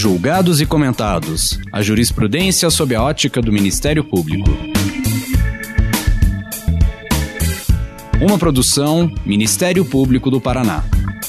Julgados e comentados. A jurisprudência sob a ótica do Ministério Público. Uma produção Ministério Público do Paraná.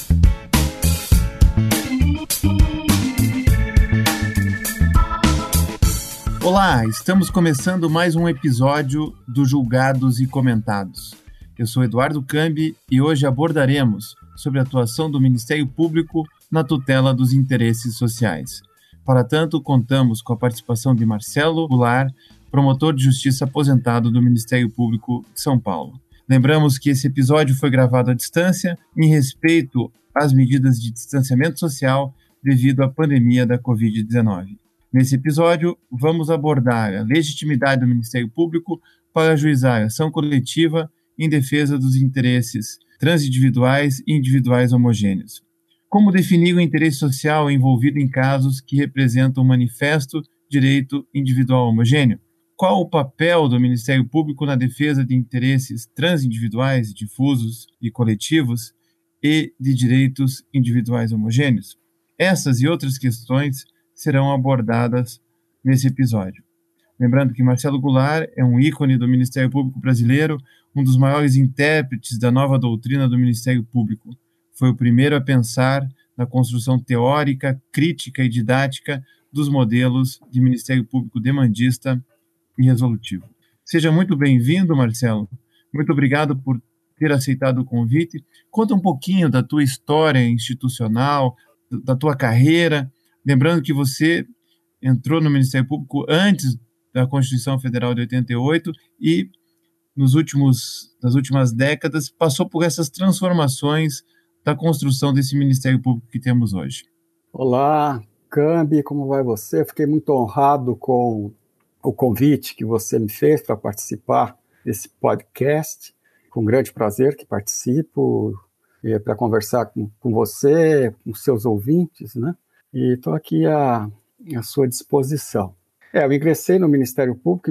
Olá, estamos começando mais um episódio do Julgados e Comentados. Eu sou Eduardo Cambi e hoje abordaremos sobre a atuação do Ministério Público na tutela dos interesses sociais. Para tanto, contamos com a participação de Marcelo Goulart, promotor de justiça aposentado do Ministério Público de São Paulo. Lembramos que esse episódio foi gravado à distância em respeito às medidas de distanciamento social devido à pandemia da Covid-19. Nesse episódio, vamos abordar a legitimidade do Ministério Público para ajuizar a ação coletiva em defesa dos interesses transindividuais e individuais homogêneos. Como definir o interesse social envolvido em casos que representam um manifesto direito individual homogêneo? Qual o papel do Ministério Público na defesa de interesses transindividuais, difusos e coletivos e de direitos individuais homogêneos? Essas e outras questões serão abordadas nesse episódio. Lembrando que Marcelo Goulart é um ícone do Ministério Público brasileiro, um dos maiores intérpretes da nova doutrina do Ministério Público. Foi o primeiro a pensar na construção teórica, crítica e didática dos modelos de Ministério Público demandista e resolutivo. Seja muito bem-vindo, Marcelo. Muito obrigado por ter aceitado o convite. Conta um pouquinho da tua história institucional, da tua carreira. Lembrando que você entrou no Ministério Público antes da Constituição Federal de 88 e nas últimas décadas passou por essas transformações da construção desse Ministério Público que temos hoje. Olá, Cambi, como vai você? Fiquei muito honrado com o convite que você me fez para participar desse podcast. Com grande prazer que participo para conversar com você, com seus ouvintes, né? E estou aqui à sua disposição. Eu ingressei no Ministério Público em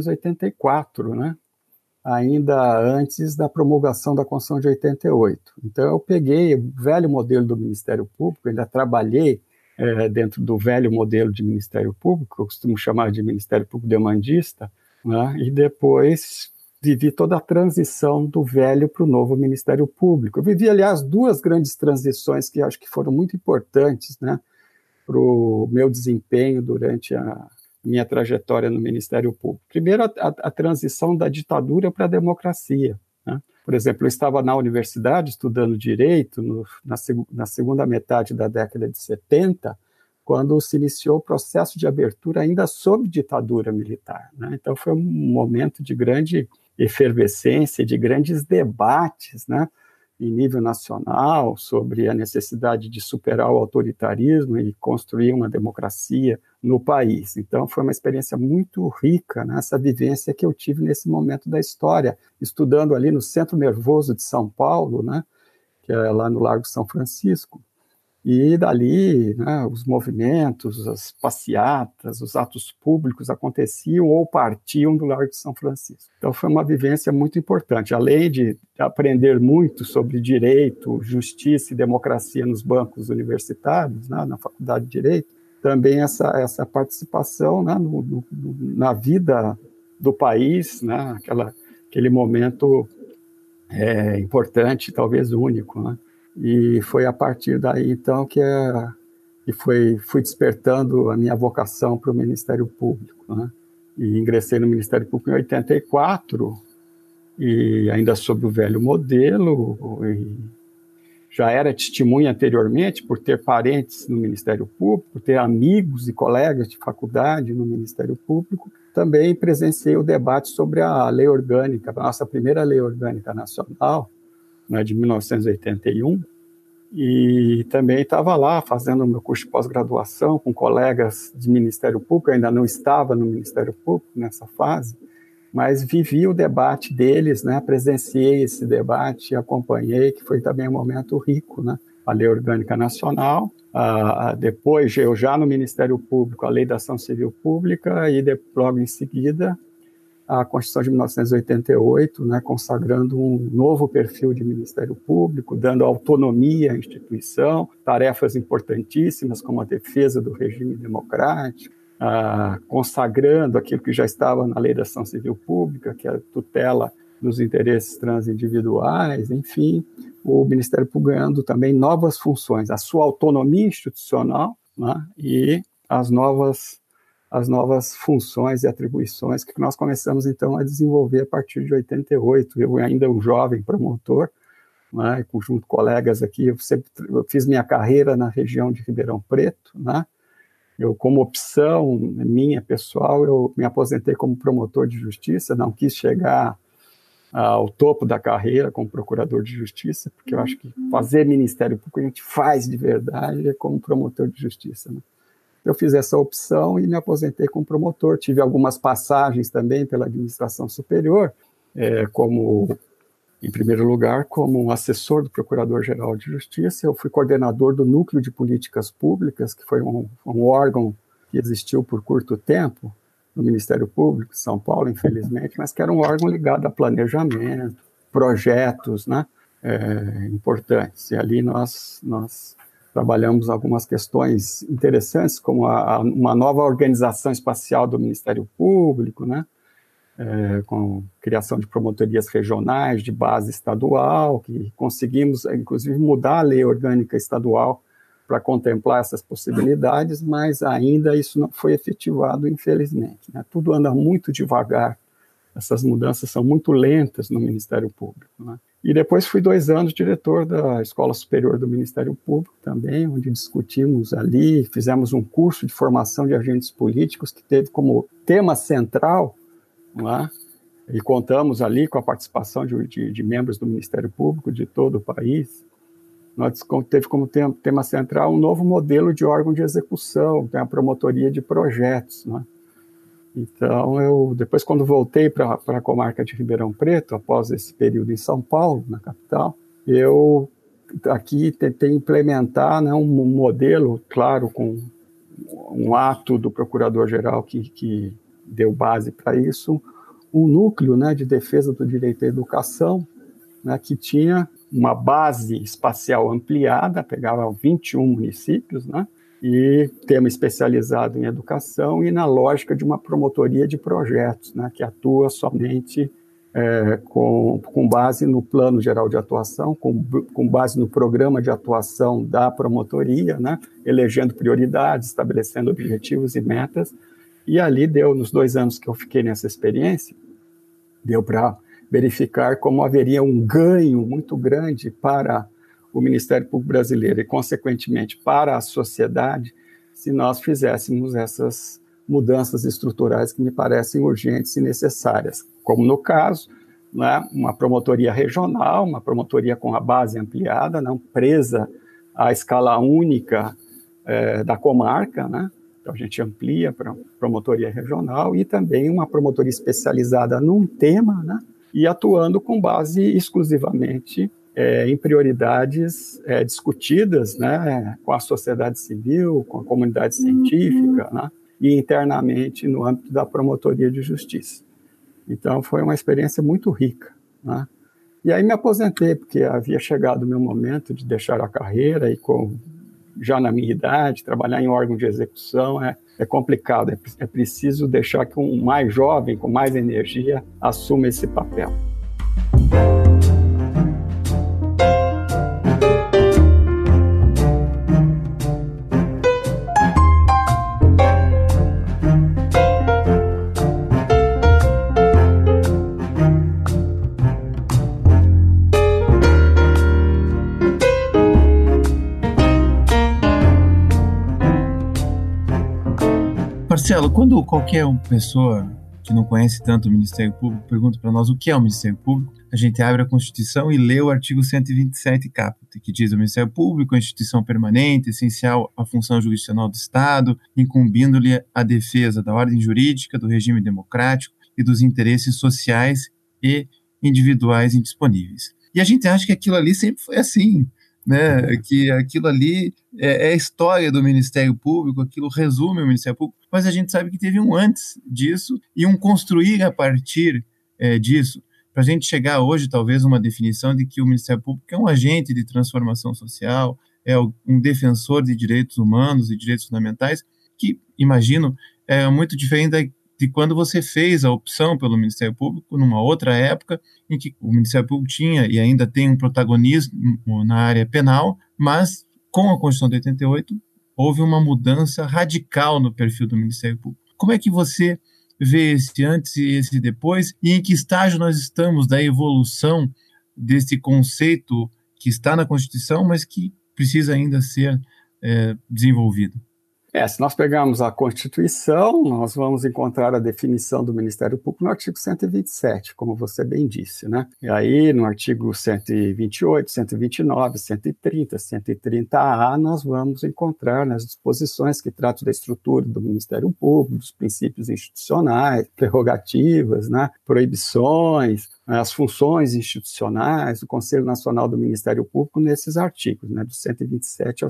1984, né? Ainda antes da promulgação da Constituição de 88. Então, eu peguei o velho modelo do Ministério Público, ainda trabalhei dentro do velho modelo de Ministério Público, eu costumo chamar de Ministério Público demandista, né? E depois vivi toda a transição do velho para o novo Ministério Público. Eu vivi, aliás, duas grandes transições que acho que foram muito importantes, né, para o meu desempenho durante a minha trajetória no Ministério Público. Primeiro, a transição da ditadura para a democracia, né? Por exemplo, eu estava na universidade estudando Direito na segunda metade da década de 70, quando se iniciou o processo de abertura ainda sob ditadura militar, né? Então, foi um momento de grande efervescência, de grandes debates, né, em nível nacional, sobre a necessidade de superar o autoritarismo e construir uma democracia no país. Então, foi uma experiência muito rica, né, essa vivência que eu tive nesse momento da história, estudando ali no Centro Nervoso de São Paulo, né, que é lá no Largo São Francisco. E dali, né, os movimentos, as passeatas, os atos públicos aconteciam ou partiam do Largo de São Francisco. Então foi uma vivência muito importante. Além de aprender muito sobre direito, justiça e democracia nos bancos universitários, né, na Faculdade de Direito, também essa participação, né, na vida do país, né, aquele momento importante, talvez único, né? E foi a partir daí, então, que fui despertando a minha vocação para o Ministério Público, né? E ingressei no Ministério Público em 84, e ainda sob o velho modelo, e já era testemunha anteriormente, por ter parentes no Ministério Público, por ter amigos e colegas de faculdade no Ministério Público. Também presenciei o debate sobre a lei orgânica, a nossa primeira lei orgânica nacional, né, de 1981, e também estava lá fazendo o meu curso de pós-graduação com colegas de Ministério Público. Eu ainda não estava no Ministério Público nessa fase, mas vivi o debate deles, né, presenciei esse debate e acompanhei, que foi também um momento rico, né, a Lei Orgânica Nacional, depois eu já no Ministério Público, a Lei da Ação Civil Pública, e logo em seguida a Constituição de 1988, né, consagrando um novo perfil de Ministério Público, dando autonomia à instituição, tarefas importantíssimas como a defesa do regime democrático, consagrando aquilo que já estava na Lei da Ação Civil Pública, que é a tutela dos interesses transindividuais, enfim, o Ministério Público ganhando também novas funções, a sua autonomia institucional, né, e as novas funções e atribuições que nós começamos, então, a desenvolver a partir de 88. Eu ainda um jovem promotor, né, junto com colegas aqui, eu fiz minha carreira na região de Ribeirão Preto, né. Eu, como opção minha pessoal, eu me aposentei como promotor de justiça, não quis chegar ao topo da carreira como procurador de justiça, porque eu acho que fazer Ministério Público a gente faz de verdade como promotor de justiça, né? Eu fiz essa opção e me aposentei como promotor. Tive algumas passagens também pela administração superior, em primeiro lugar, como assessor do Procurador-Geral de Justiça. Eu fui coordenador do Núcleo de Políticas Públicas, que foi um órgão que existiu por curto tempo no Ministério Público de São Paulo, infelizmente, mas que era um órgão ligado a planejamento, projetos, né, importantes. E ali nós trabalhamos algumas questões interessantes, como uma nova organização espacial do Ministério Público, né, com criação de promotorias regionais de base estadual, que conseguimos, inclusive, mudar a lei orgânica estadual para contemplar essas possibilidades, mas ainda isso não foi efetivado, infelizmente, né? Tudo anda muito devagar, essas mudanças são muito lentas no Ministério Público, né? E depois fui 2 anos diretor da Escola Superior do Ministério Público também, onde discutimos ali, fizemos um curso de formação de agentes políticos que teve como tema central, não é? E contamos ali com a participação de membros do Ministério Público de todo o país. Nós teve como tema central um novo modelo de órgão de execução, tem a promotoria de projetos, né? Então, eu depois, quando voltei para a comarca de Ribeirão Preto, após esse período em São Paulo, na capital, eu aqui tentei implementar, né, um modelo, claro, com um ato do Procurador-Geral que deu base para isso, um núcleo, né, de defesa do direito à educação, né, que tinha uma base espacial ampliada, pegava 21 municípios, né, e tema especializado em educação e na lógica de uma promotoria de projetos, né, que atua somente com base no plano geral de atuação, com base no programa de atuação da promotoria, né, elegendo prioridades, estabelecendo objetivos e metas. E ali nos 2 anos que eu fiquei nessa experiência, deu para verificar como haveria um ganho muito grande para o Ministério Público Brasileiro e, consequentemente, para a sociedade, se nós fizéssemos essas mudanças estruturais que me parecem urgentes e necessárias, como no caso, né, uma promotoria regional, uma promotoria com a base ampliada, não presa à escala única da comarca, né? Então, a gente amplia para promotoria regional e também uma promotoria especializada num tema, né? E atuando com base exclusivamente em prioridades discutidas, né, com a sociedade civil, com a comunidade científica, né, e internamente no âmbito da promotoria de justiça. Então, foi uma experiência muito rica, né? E aí me aposentei, porque havia chegado o meu momento de deixar a carreira e já na minha idade, trabalhar em órgão de execução é complicado, é preciso deixar que um mais jovem, com mais energia, assuma esse papel. Marcelo, quando qualquer pessoa que não conhece tanto o Ministério Público pergunta para nós o que é o Ministério Público, a gente abre a Constituição e lê o artigo 127 caput, que diz: o Ministério Público é uma instituição permanente, essencial à função jurisdicional do Estado, incumbindo-lhe a defesa da ordem jurídica, do regime democrático e dos interesses sociais e individuais indisponíveis. E a gente acha que aquilo ali sempre foi assim. né? Que aquilo ali é a história do Ministério Público, aquilo resume o Ministério Público, mas a gente sabe que teve um antes disso e um construir a partir disso, para a gente chegar hoje, talvez, uma definição de que o Ministério Público é um agente de transformação social, é um defensor de direitos humanos e direitos fundamentais, que, imagino, é muito diferente de quando você fez a opção pelo Ministério Público numa outra época em que o Ministério Público tinha e ainda tem um protagonismo na área penal, mas com a Constituição de 88 houve uma mudança radical no perfil do Ministério Público. Como é que você vê esse antes e esse depois, e em que estágio nós estamos da evolução desse conceito que está na Constituição, mas que precisa ainda ser desenvolvido? Se nós pegarmos a Constituição, nós vamos encontrar a definição do Ministério Público no artigo 127, como você bem disse, né? E aí, no artigo 128, 129, 130, 130A, nós vamos encontrar nas disposições que tratam da estrutura do Ministério Público, dos princípios institucionais, prerrogativas, né? Proibições, as funções institucionais, do Conselho Nacional do Ministério Público, nesses artigos, né? Do 127 ao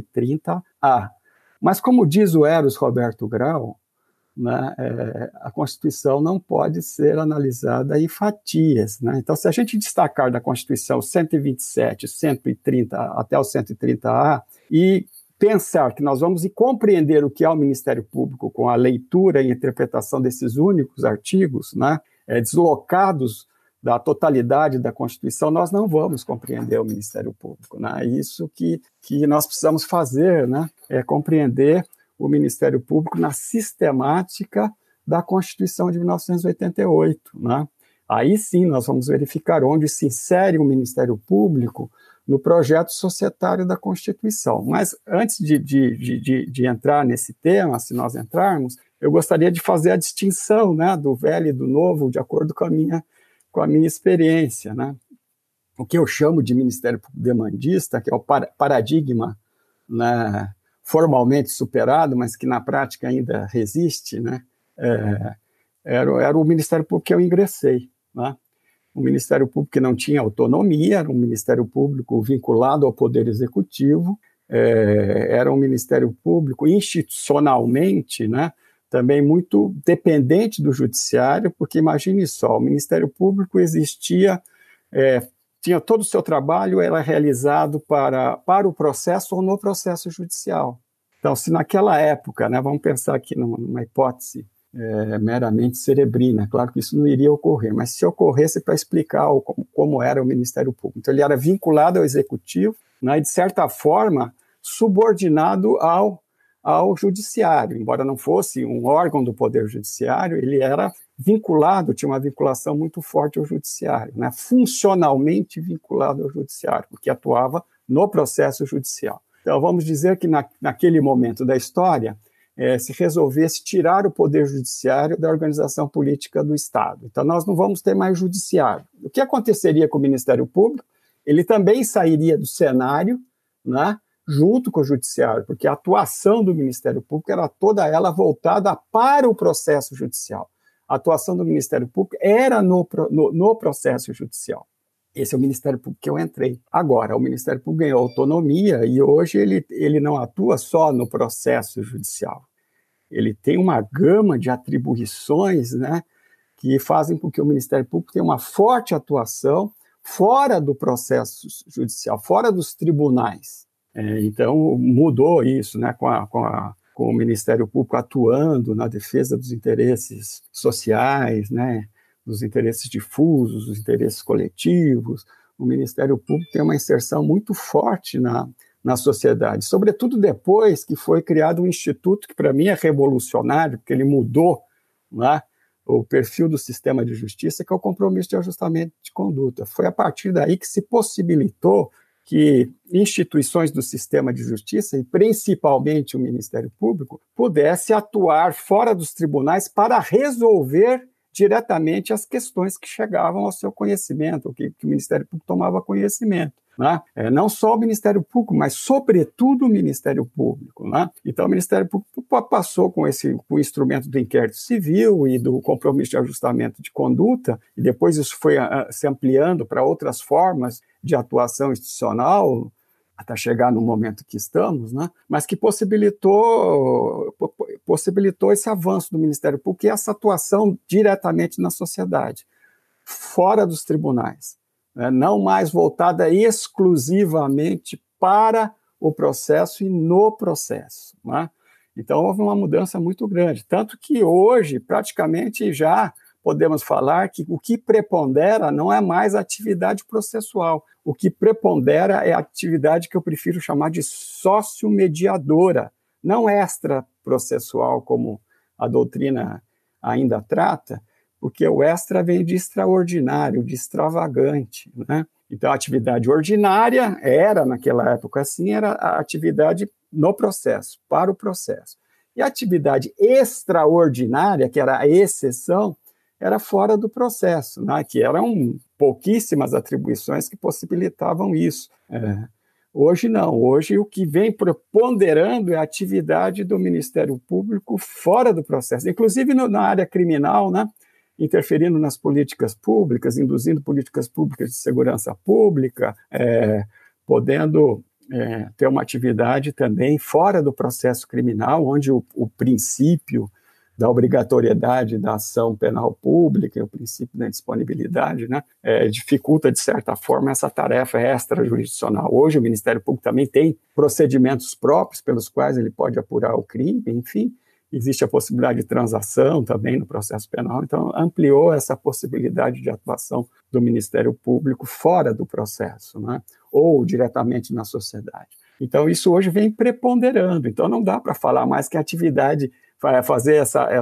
130A. Mas, como diz o Eros Roberto Grau, né, a Constituição não pode ser analisada em fatias, né? Então, se a gente destacar da Constituição 127, 130 até o 130A e pensar que nós vamos compreender o que é o Ministério Público com a leitura e interpretação desses únicos artigos, né, deslocados da totalidade da Constituição, nós não vamos compreender o Ministério Público, né? Isso que nós precisamos fazer, né? É compreender o Ministério Público na sistemática da Constituição de 1988, né? Aí sim nós vamos verificar onde se insere o Ministério Público no projeto societário da Constituição. Mas antes de entrar nesse tema, se nós entrarmos, eu gostaria de fazer a distinção, né, do velho e do novo, de acordo com a minha experiência, né? O que eu chamo de Ministério Público demandista, que é o paradigma, né, formalmente superado, mas que na prática ainda resiste, né? Era o Ministério Público que eu ingressei, né? Um Ministério Público que não tinha autonomia, era um Ministério Público vinculado ao Poder Executivo, era um Ministério Público institucionalmente, né, também muito dependente do judiciário, porque imagine só, o Ministério Público existia, tinha todo o seu trabalho, era realizado para o processo ou no processo judicial. Então, se naquela época, né, vamos pensar aqui numa hipótese meramente cerebrina, claro que isso não iria ocorrer, mas se ocorresse para explicar como era o Ministério Público. Então, ele era vinculado ao Executivo, né, e, de certa forma, subordinado ao judiciário, embora não fosse um órgão do Poder Judiciário, ele era vinculado, tinha uma vinculação muito forte ao judiciário, né? Funcionalmente vinculado ao judiciário, porque atuava no processo judicial. Então, vamos dizer que naquele momento da história, se resolvesse tirar o Poder Judiciário da organização política do Estado. Então, nós não vamos ter mais judiciário. O que aconteceria com o Ministério Público? Ele também sairia do cenário, né, junto com o judiciário, porque a atuação do Ministério Público era toda ela voltada para o processo judicial. A atuação do Ministério Público era no processo judicial. Esse é o Ministério Público que eu entrei. Agora, o Ministério Público ganhou autonomia e hoje ele não atua só no processo judicial. Ele tem uma gama de atribuições, né, que fazem com que o Ministério Público tenha uma forte atuação fora do processo judicial, fora dos tribunais. Então, mudou isso, né, com o Ministério Público atuando na defesa dos interesses sociais, né, dos interesses difusos, dos interesses coletivos. O Ministério Público tem uma inserção muito forte na sociedade, sobretudo depois que foi criado um instituto que, para mim, é revolucionário, porque ele mudou, né, o perfil do sistema de justiça, que é o compromisso de ajustamento de conduta. Foi a partir daí que se possibilitou que instituições do sistema de justiça, e principalmente o Ministério Público, pudesse atuar fora dos tribunais para resolver diretamente as questões que chegavam ao seu conhecimento, que o Ministério Público tomava conhecimento, né? Não só o Ministério Público, mas sobretudo o Ministério Público, né? Então o Ministério Público passou com o instrumento do inquérito civil e do compromisso de ajustamento de conduta, e depois isso foi se ampliando para outras formas de atuação institucional, até chegar no momento que estamos, né? Mas que possibilitou esse avanço do Ministério Público e essa atuação diretamente na sociedade, fora dos tribunais, né? Não mais voltada exclusivamente para o processo e no processo, né? Então, houve uma mudança muito grande, tanto que hoje, praticamente, já podemos falar que o que prepondera não é mais a atividade processual. O que prepondera é a atividade que eu prefiro chamar de sócio-mediadora, não extra-processual, como a doutrina ainda trata, porque o extra vem de extraordinário, de extravagante, né? Então, a atividade ordinária era, naquela época assim, era a atividade no processo, para o processo. E a atividade extraordinária, que era a exceção, era fora do processo, né? Que eram pouquíssimas atribuições que possibilitavam isso. Hoje não, hoje o que vem preponderando é a atividade do Ministério Público fora do processo, inclusive na área criminal, né? Interferindo nas políticas públicas, induzindo políticas públicas de segurança pública, podendo ter uma atividade também fora do processo criminal, onde o princípio da obrigatoriedade da ação penal pública, o princípio da disponibilidade, né, dificulta, de certa forma, essa tarefa extrajurisdicional. Hoje o Ministério Público também tem procedimentos próprios pelos quais ele pode apurar o crime, enfim, existe a possibilidade de transação também no processo penal, então ampliou essa possibilidade de atuação do Ministério Público fora do processo, né, ou diretamente na sociedade. Então isso hoje vem preponderando, então não dá para falar mais que a atividade fazer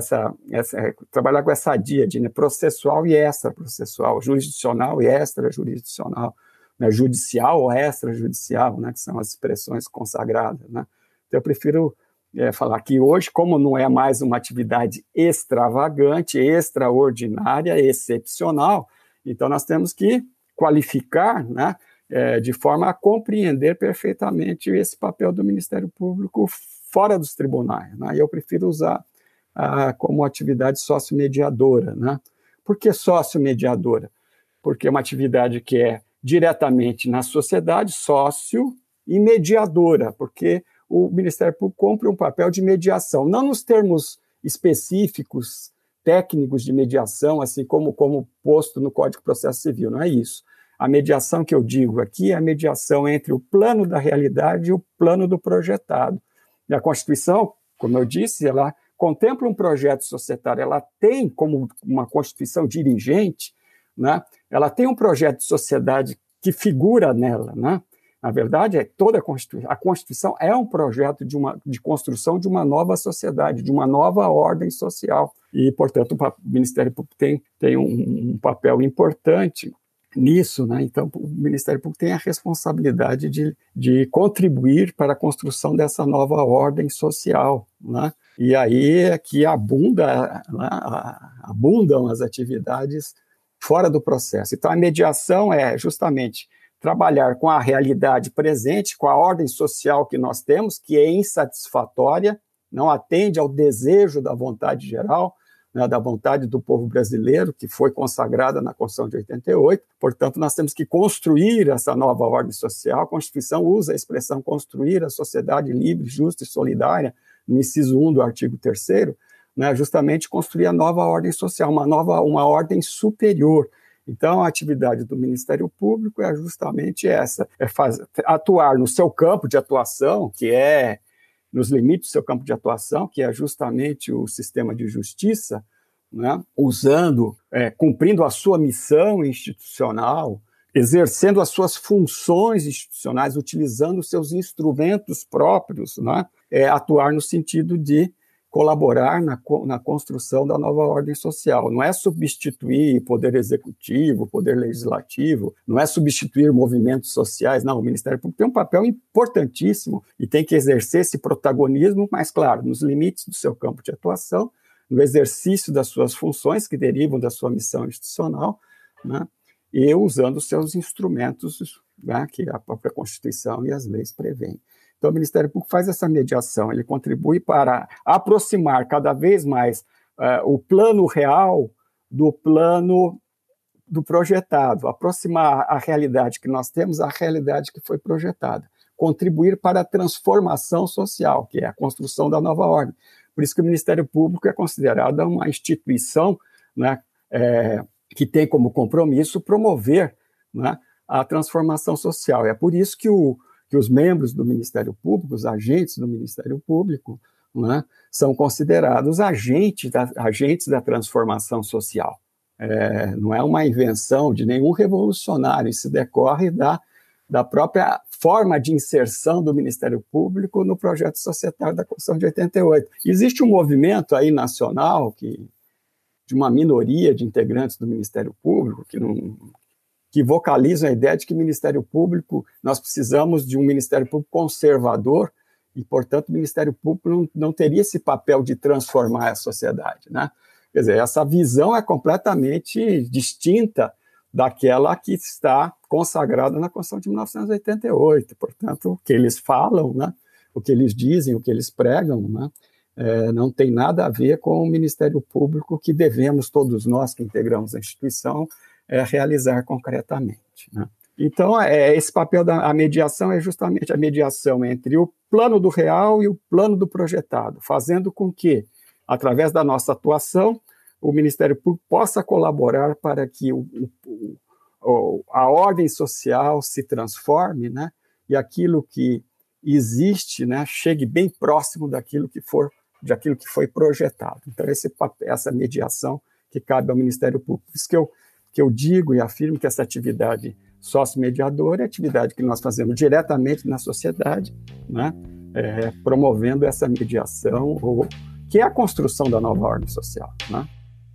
trabalhar com essa díade, né, processual e extraprocessual, jurisdicional e extrajurisdicional, né, judicial ou extrajudicial, né, que são as expressões consagradas, né. Então eu prefiro falar que hoje, como não é mais uma atividade extravagante, extraordinária, excepcional, então nós temos que qualificar, né, de forma a compreender perfeitamente esse papel do Ministério Público fora dos tribunais, né? E eu prefiro usar como atividade sócio-mediadora, né? Por que sócio-mediadora? Porque é uma atividade que é diretamente na sociedade, sócio e mediadora, porque o Ministério Público cumpre um papel de mediação, não nos termos específicos, técnicos de mediação, assim como posto no Código de Processo Civil, não é isso. A mediação que eu digo aqui é a mediação entre o plano da realidade e o plano do projetado. E a Constituição, como eu disse, ela contempla um projeto societário, ela tem como uma Constituição dirigente, né? Ela tem um projeto de sociedade que figura nela, né? Na verdade, toda a Constituição é um projeto de construção de uma nova sociedade, de uma nova ordem social. E, portanto, o Ministério Público tem um papel importante nisso, né? Então, o Ministério Público tem a responsabilidade de contribuir para a construção dessa nova ordem social, né? E aí é que abundam as atividades fora do processo. Então, a mediação é justamente trabalhar com a realidade presente, com a ordem social que nós temos, que é insatisfatória, não atende ao desejo da vontade geral, né, da vontade do povo brasileiro, que foi consagrada na Constituição de 88. Portanto, nós temos que construir essa nova ordem social. A Constituição usa a expressão construir a sociedade livre, justa e solidária, no inciso 1 do artigo 3º, né, justamente construir a nova ordem social, uma ordem superior. Então, a atividade do Ministério Público é justamente essa, atuar no seu campo de atuação, que é nos limites do seu campo de atuação, que é justamente o sistema de justiça, né, cumprindo a sua missão institucional, exercendo as suas funções institucionais, utilizando os seus instrumentos próprios, né, atuar no sentido de colaborar na construção da nova ordem social. Não é substituir poder executivo, poder legislativo, não é substituir movimentos sociais, não. O Ministério Público tem um papel importantíssimo e tem que exercer esse protagonismo, mas, claro, nos limites do seu campo de atuação, no exercício das suas funções que derivam da sua missão institucional, né, e usando os seus instrumentos, né, que a própria Constituição e as leis prevêem. Então, o Ministério Público faz essa mediação, ele contribui para aproximar cada vez mais o plano real do plano do projetado, aproximar a realidade que nós temos à realidade que foi projetada. contribuir para a transformação social, que é a construção da nova ordem. Por isso que o Ministério Público é considerado uma instituição, né, que tem como compromisso promover, né, a transformação social. É por isso que os membros do Ministério Público, os agentes do Ministério Público, né, são considerados agentes da transformação social. Não é uma invenção de nenhum revolucionário, isso decorre da própria forma de inserção do Ministério Público no projeto societário da Constituição de 88. Existe um movimento aí nacional de uma minoria de integrantes do Ministério Público que vocalizam a ideia de que o Ministério Público, nós precisamos de um Ministério Público conservador e, portanto, o Ministério Público não teria esse papel de transformar a sociedade, né? Quer dizer, essa visão é completamente distinta daquela que está consagrada na Constituição de 1988. Portanto, o que eles falam, né, o que eles dizem, o que eles pregam, né, não tem nada a ver com o Ministério Público que devemos, todos nós que integramos a instituição, realizar concretamente, né? Então, esse papel da mediação é justamente a mediação entre o plano do real e o plano do projetado, fazendo com que, através da nossa atuação, o Ministério Público possa colaborar para que a ordem social se transforme, né, e aquilo que existe, né, chegue bem próximo daquilo que foi projetado. Então, essa mediação que cabe ao Ministério Público. Por isso que eu digo e afirmo que essa atividade sócio-mediadora é a atividade que nós fazemos diretamente na sociedade, né, promovendo essa mediação, que é a construção da nova ordem social, né?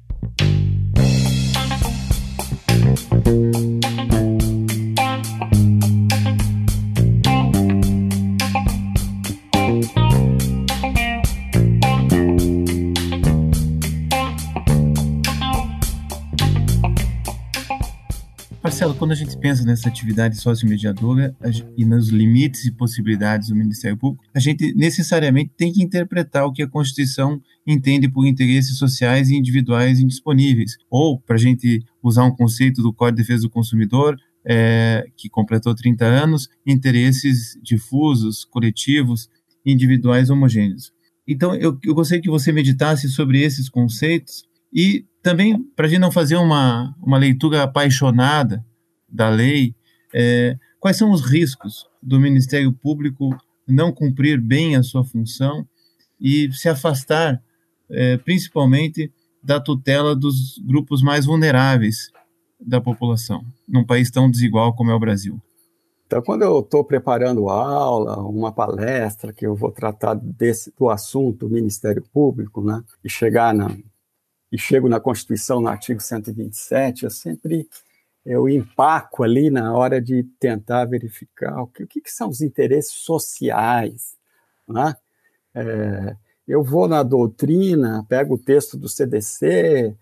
Marcelo, quando a gente pensa nessa atividade sócio-mediadora e nos limites e possibilidades do Ministério Público, a gente necessariamente tem que interpretar o que a Constituição entende por interesses sociais e individuais indisponíveis. Ou, para a gente usar um conceito do Código de Defesa do Consumidor, que completou 30 anos, interesses difusos, coletivos, individuais homogêneos. Então, eu gostaria que você meditasse sobre esses conceitos e também, para a gente não fazer uma leitura apaixonada da lei, quais são os riscos do Ministério Público não cumprir bem a sua função e se afastar, principalmente, da tutela dos grupos mais vulneráveis da população, num país tão desigual como é o Brasil? Então, quando eu estou preparando aula, uma palestra, que eu vou tratar do assunto do Ministério Público, né, e chego na Constituição, no artigo 127, eu empaco ali na hora de tentar verificar o que são os interesses sociais, né? Eu vou na doutrina, pego o texto do CDC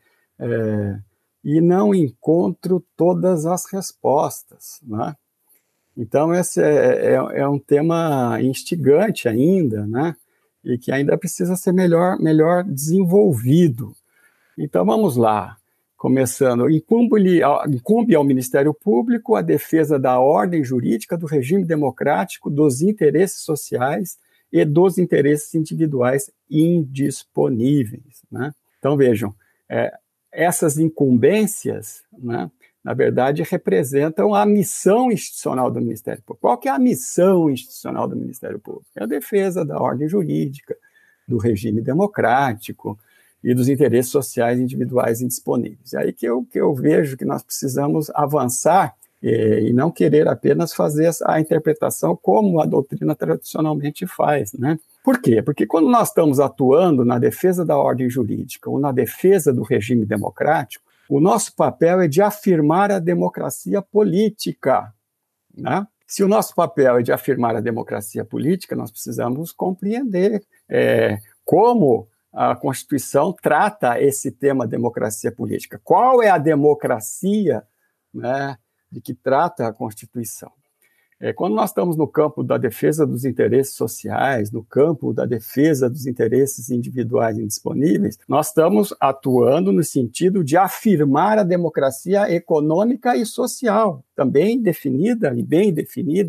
e não encontro todas as respostas, né? Então, esse é um tema instigante ainda, né? E que ainda precisa ser melhor desenvolvido. Então, vamos lá, começando. Incumbe ao Ministério Público a defesa da ordem jurídica, do regime democrático, dos interesses sociais e dos interesses individuais indisponíveis, né? Então, vejam, essas incumbências, né, na verdade, representam a missão institucional do Ministério Público. Qual que é a missão institucional do Ministério Público? É a defesa da ordem jurídica, do regime democrático e dos interesses sociais individuais indisponíveis. É aí que eu vejo que nós precisamos avançar e não querer apenas fazer a interpretação como a doutrina tradicionalmente faz, né? Por quê? Porque quando nós estamos atuando na defesa da ordem jurídica ou na defesa do regime democrático, o nosso papel é de afirmar a democracia política, né? Se o nosso papel é de afirmar a democracia política, nós precisamos compreender como a Constituição trata esse tema democracia política. Qual é a democracia, né, de que trata a Constituição? Quando nós estamos no campo da defesa dos interesses sociais, no campo da defesa dos interesses individuais indisponíveis, nós estamos atuando no sentido de afirmar a democracia econômica e social, também definida e bem definida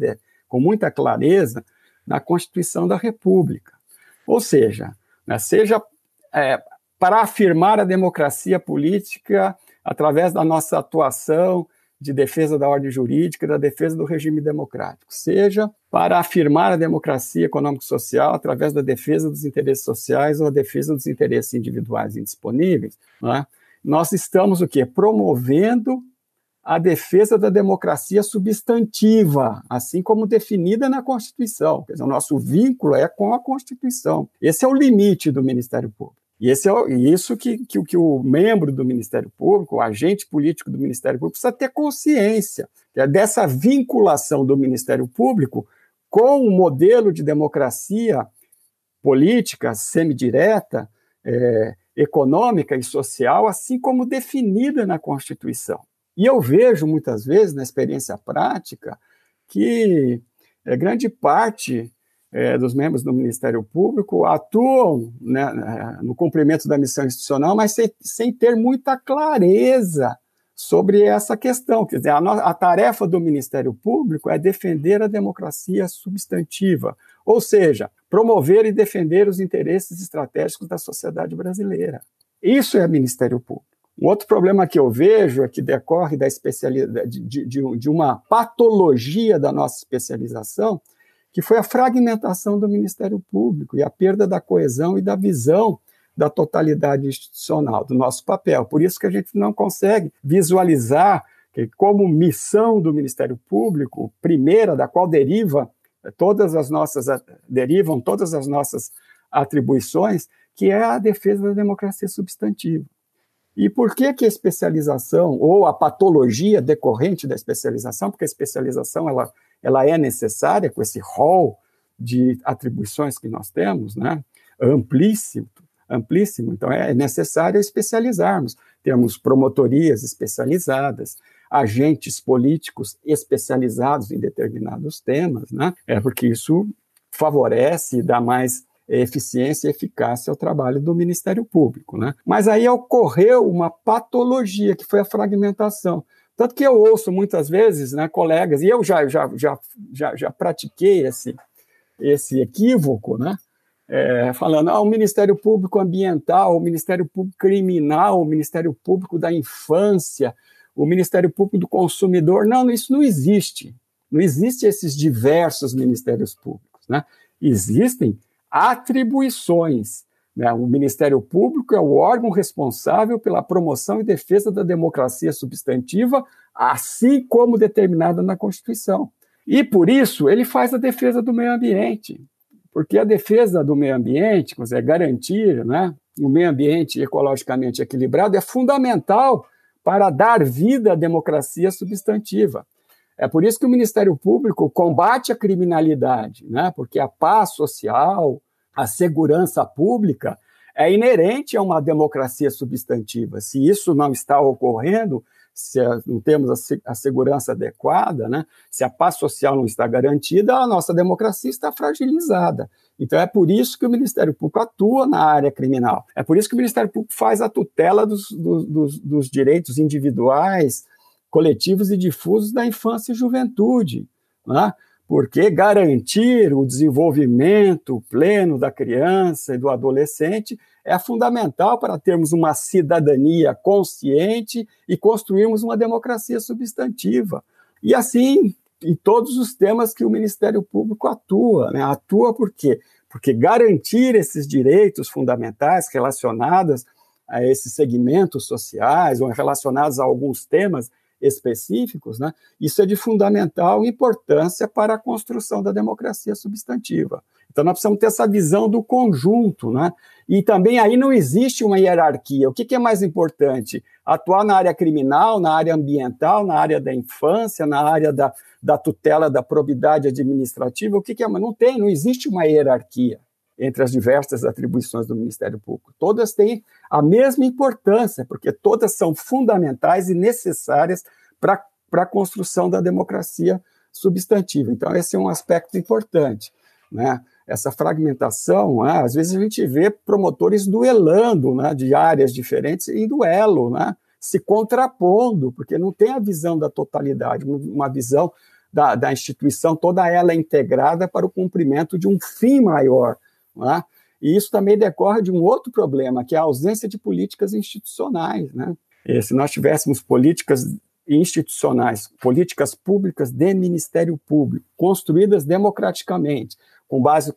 com muita clareza na Constituição da República. Ou seja, né, para afirmar a democracia política através da nossa atuação de defesa da ordem jurídica e da defesa do regime democrático, seja para afirmar a democracia econômico-social através da defesa dos interesses sociais ou a defesa dos interesses individuais indisponíveis, né? Nós estamos o quê? Promovendo a defesa da democracia substantiva, assim como definida na Constituição. Quer dizer, o nosso vínculo é com a Constituição. Esse é o limite do Ministério Público. E isso que o membro do Ministério Público, o agente político do Ministério Público, precisa ter consciência dessa vinculação do Ministério Público com o modelo de democracia política semidireta, econômica e social, assim como definida na Constituição. E eu vejo muitas vezes, na experiência prática, que grande parte dos membros do Ministério Público atuam, né, no cumprimento da missão institucional, mas sem ter muita clareza sobre essa questão. Quer dizer, a tarefa do Ministério Público é defender a democracia substantiva, ou seja, promover e defender os interesses estratégicos da sociedade brasileira. Isso é Ministério Público. Um outro problema que eu vejo é que decorre da de uma patologia da nossa especialização, que foi a fragmentação do Ministério Público e a perda da coesão e da visão da totalidade institucional, do nosso papel. Por isso que a gente não consegue visualizar que, como missão do Ministério Público, primeira, da qual derivam todas as nossas atribuições, que é a defesa da democracia substantiva. E por que a especialização, ou a patologia decorrente da especialização, porque a especialização ela é necessária com esse rol de atribuições que nós temos, né? amplíssimo, então é necessário especializarmos. Temos promotorias especializadas, agentes políticos especializados em determinados temas, né? Porque isso favorece e dá mais eficiência e eficácia ao trabalho do Ministério Público, né? Mas aí ocorreu uma patologia, que foi a fragmentação. Tanto que eu ouço muitas vezes, né, colegas, e eu já pratiquei esse equívoco, né, falando, o Ministério Público Ambiental, o Ministério Público Criminal, o Ministério Público da Infância, o Ministério Público do Consumidor. Não, isso não existe. Não existem esses diversos ministérios públicos, né? Existem atribuições, né? O Ministério Público é o órgão responsável pela promoção e defesa da democracia substantiva, assim como determinada na Constituição. E, por isso, ele faz a defesa do meio ambiente, porque a defesa do meio ambiente, quer dizer, garantir, né, um meio ambiente ecologicamente equilibrado é fundamental para dar vida à democracia substantiva. É por isso que o Ministério Público combate a criminalidade, né? Porque a paz social, a segurança pública é inerente a uma democracia substantiva. Se isso não está ocorrendo, se não temos a segurança adequada, né? Se a paz social não está garantida, a nossa democracia está fragilizada. Então é por isso que o Ministério Público atua na área criminal. É por isso que o Ministério Público faz a tutela dos direitos individuais, coletivos e difusos da infância e juventude, né? Porque garantir o desenvolvimento pleno da criança e do adolescente é fundamental para termos uma cidadania consciente e construirmos uma democracia substantiva. E assim, em todos os temas que o Ministério Público atua, né? Atua por quê? Porque garantir esses direitos fundamentais relacionados a esses segmentos sociais ou relacionados a alguns temas específicos, né? Isso é de fundamental importância para a construção da democracia substantiva. Então, nós precisamos ter essa visão do conjunto, né? E também aí não existe uma hierarquia. O que é mais importante? Atuar na área criminal, na área ambiental, na área da infância, na área da tutela da probidade administrativa? O que é? Não existe uma hierarquia entre as diversas atribuições do Ministério Público. Todas têm a mesma importância, porque todas são fundamentais e necessárias para a construção da democracia substantiva. Então, esse é um aspecto importante, né? Essa fragmentação, né? Às vezes a gente vê promotores duelando, né, de áreas diferentes em duelo, né, se contrapondo, porque não tem a visão da totalidade, uma visão da instituição, toda ela integrada para o cumprimento de um fim maior, não é? E isso também decorre de um outro problema, que é a ausência de políticas institucionais, né? E se nós tivéssemos políticas institucionais, políticas públicas de Ministério Público, construídas democraticamente, com base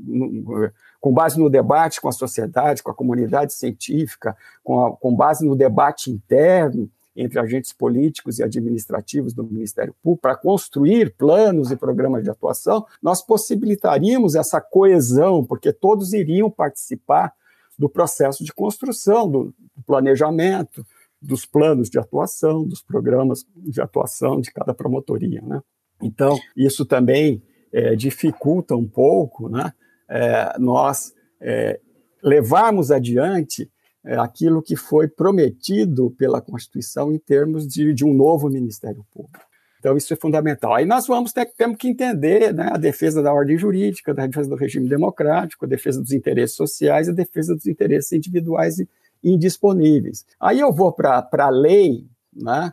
no debate com a sociedade, com a comunidade científica, com base no debate interno entre agentes políticos e administrativos do Ministério Público, para construir planos e programas de atuação, nós possibilitaríamos essa coesão, porque todos iriam participar do processo de construção, do planejamento, dos planos de atuação, dos programas de atuação de cada promotoria, né? Então, isso também dificulta um pouco, né, nós levarmos adiante aquilo que foi prometido pela Constituição em termos de um novo Ministério Público. Então, isso é fundamental. Aí nós temos que entender, né, a defesa da ordem jurídica, a defesa do regime democrático, a defesa dos interesses sociais, a defesa dos interesses individuais indisponíveis. Aí eu vou para a lei, né,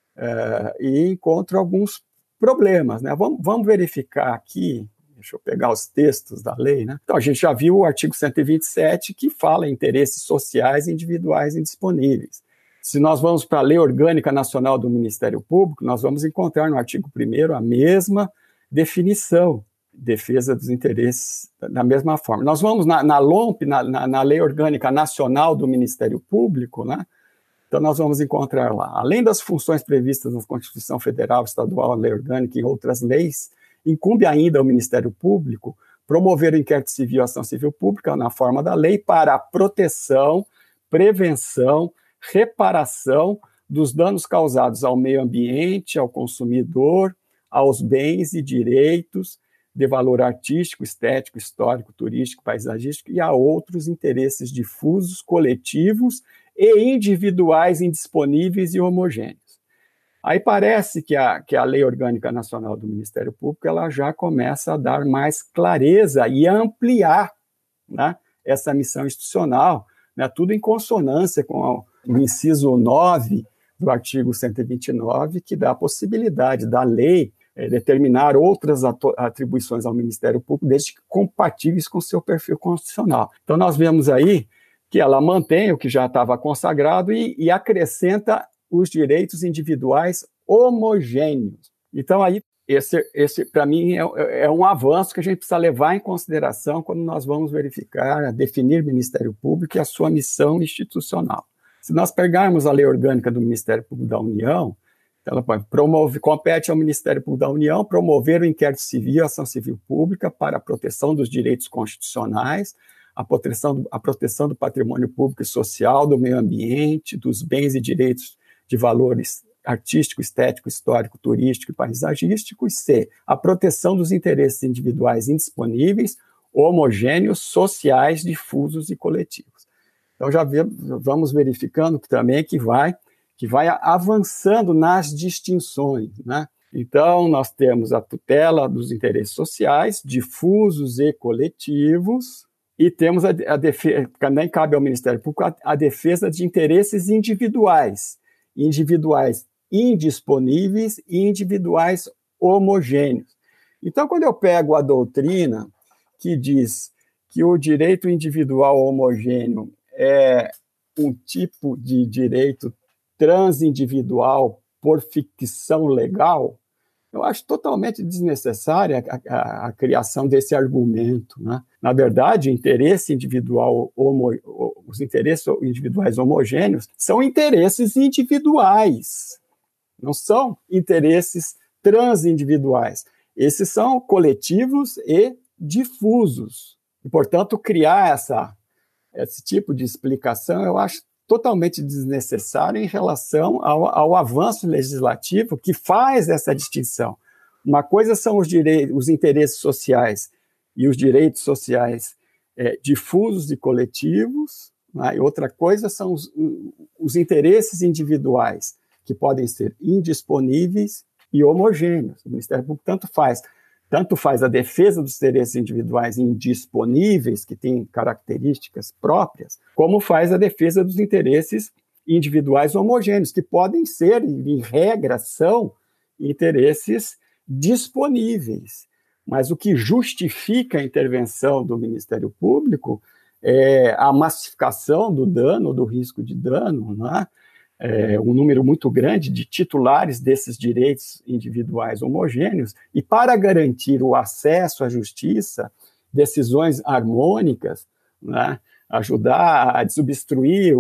e encontro alguns problemas, né? Vamos verificar aqui, deixa eu pegar os textos da lei, né? Então, a gente já viu o artigo 127, que fala em interesses sociais individuais indisponíveis. Se nós vamos para a Lei Orgânica Nacional do Ministério Público, nós vamos encontrar no artigo 1º a mesma definição, defesa dos interesses da mesma forma. Nós vamos na LOMP, na Lei Orgânica Nacional do Ministério Público, né? Então, nós vamos encontrar lá, além das funções previstas na Constituição Federal, Estadual, Lei Orgânica e outras leis, incumbe ainda ao Ministério Público promover o inquérito civil e ação civil pública na forma da lei para a proteção, prevenção, reparação dos danos causados ao meio ambiente, ao consumidor, aos bens e direitos de valor artístico, estético, histórico, turístico, paisagístico e a outros interesses difusos, coletivos e individuais indisponíveis e homogêneos. Aí parece que a Lei Orgânica Nacional do Ministério Público ela já começa a dar mais clareza e a ampliar, né, essa missão institucional, né, tudo em consonância com o inciso 9 do artigo 129, que dá a possibilidade da lei determinar outras atribuições ao Ministério Público, desde que compatíveis com seu perfil constitucional. Então, nós vemos aí que ela mantém o que já estava consagrado e acrescenta os direitos individuais homogêneos. Então, aí, esse para mim, é um avanço que a gente precisa levar em consideração quando nós vamos verificar, definir Ministério Público e a sua missão institucional. Se nós pegarmos a Lei Orgânica do Ministério Público da União, ela compete ao Ministério Público da União promover o inquérito civil e a ação civil pública para a proteção dos direitos constitucionais, a proteção do patrimônio público e social, do meio ambiente, dos bens e direitos de valores artístico, estético, histórico, turístico e paisagístico, e C, a proteção dos interesses individuais indisponíveis, homogêneos, sociais, difusos e coletivos. Então, já vamos verificando que também que vai avançando nas distinções, né? Então, nós temos a tutela dos interesses sociais, difusos e coletivos, e temos a defesa, também cabe ao Ministério Público, a defesa de interesses individuais indisponíveis e individuais homogêneos. Então, quando eu pego a doutrina que diz que o direito individual homogêneo é um tipo de direito transindividual por ficção legal, eu acho totalmente desnecessária a criação desse argumento, né? Na verdade, os interesses individuais homogêneos são interesses individuais, não são interesses transindividuais. Esses são coletivos e difusos. E, portanto, criar esse tipo de explicação, eu acho totalmente desnecessário em relação ao avanço legislativo que faz essa distinção. Uma coisa são os interesses sociais e os direitos sociais difusos e coletivos, né? E outra coisa são os interesses individuais, que podem ser indisponíveis e homogêneos. O Ministério Público tanto faz a defesa dos interesses individuais indisponíveis, que têm características próprias, como faz a defesa dos interesses individuais homogêneos, que podem ser, em regra, são interesses disponíveis. Mas o que justifica a intervenção do Ministério Público é a massificação do dano, do risco de dano, né? Um número muito grande de titulares desses direitos individuais homogêneos, e para garantir o acesso à justiça, decisões harmônicas, né? Ajudar a desobstruir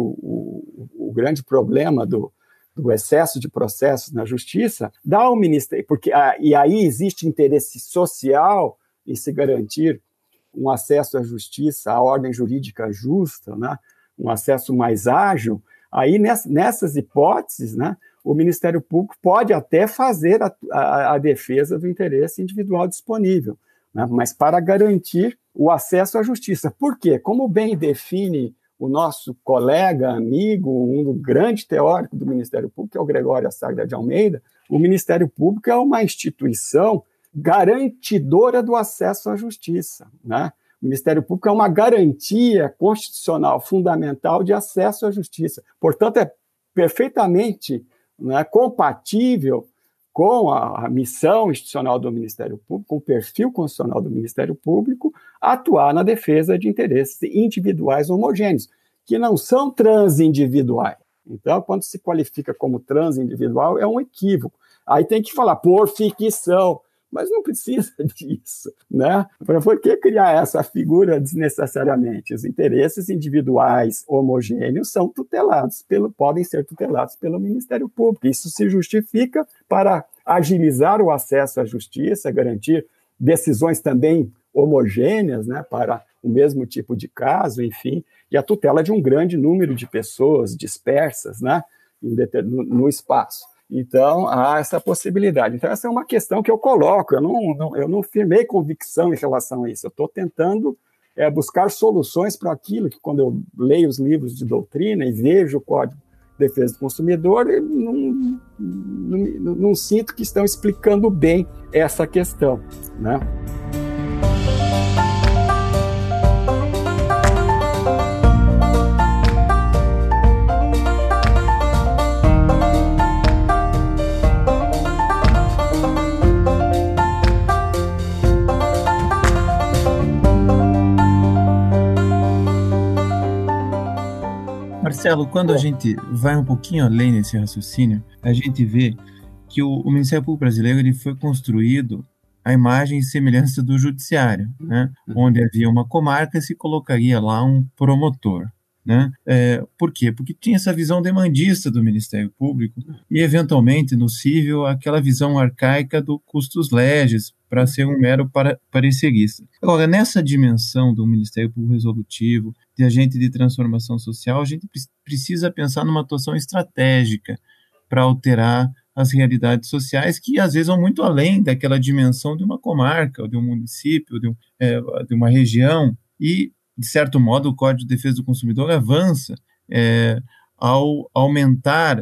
o grande problema do excesso de processos na justiça, dá ao Ministério, e aí existe interesse social em se garantir um acesso à justiça, à ordem jurídica justa, né? Um acesso mais ágil. Aí, nessas hipóteses, né, o Ministério Público pode até fazer a defesa do interesse individual disponível, né, mas para garantir o acesso à justiça. Por quê? Como bem define o nosso colega, amigo, um grande teórico do Ministério Público, que é o Gregório Assagra de Almeida, o Ministério Público é uma instituição garantidora do acesso à justiça, né? O Ministério Público é uma garantia constitucional fundamental de acesso à justiça. Portanto, é perfeitamente, né, compatível com a missão institucional do Ministério Público, com o perfil constitucional do Ministério Público, atuar na defesa de interesses individuais homogêneos, que não são transindividuais. Então, quando se qualifica como transindividual, é um equívoco. Aí tem que falar por ficção, mas não precisa disso, né? Por que criar essa figura desnecessariamente? Os interesses individuais homogêneos são podem ser tutelados pelo Ministério Público. Isso se justifica para agilizar o acesso à justiça, garantir decisões também homogêneas, né, para o mesmo tipo de caso, enfim, e a tutela de um grande número de pessoas dispersas, né, no espaço. Então, há essa possibilidade. Então, essa é uma questão que eu coloco. Eu não firmei convicção em relação a isso. Eu estou tentando buscar soluções para aquilo que, quando eu leio os livros de doutrina e vejo o Código de Defesa do Consumidor, eu não sinto que estão explicando bem essa questão, né? Marcelo, quando a gente vai um pouquinho além nesse raciocínio, a gente vê que o Ministério Público Brasileiro ele foi construído à imagem e semelhança do judiciário, né? Onde havia uma comarca, se colocaria lá um promotor, né? Por quê? Porque tinha essa visão demandista do Ministério Público e, eventualmente, no cível, aquela visão arcaica do custos legis para ser um mero parecerista. Agora, nessa dimensão do Ministério Público Resolutivo, de agente de transformação social, a gente precisa pensar numa atuação estratégica para alterar as realidades sociais que, às vezes, vão muito além daquela dimensão de uma comarca, ou de um município, de uma região, e, de certo modo, o Código de Defesa do Consumidor avança ao aumentar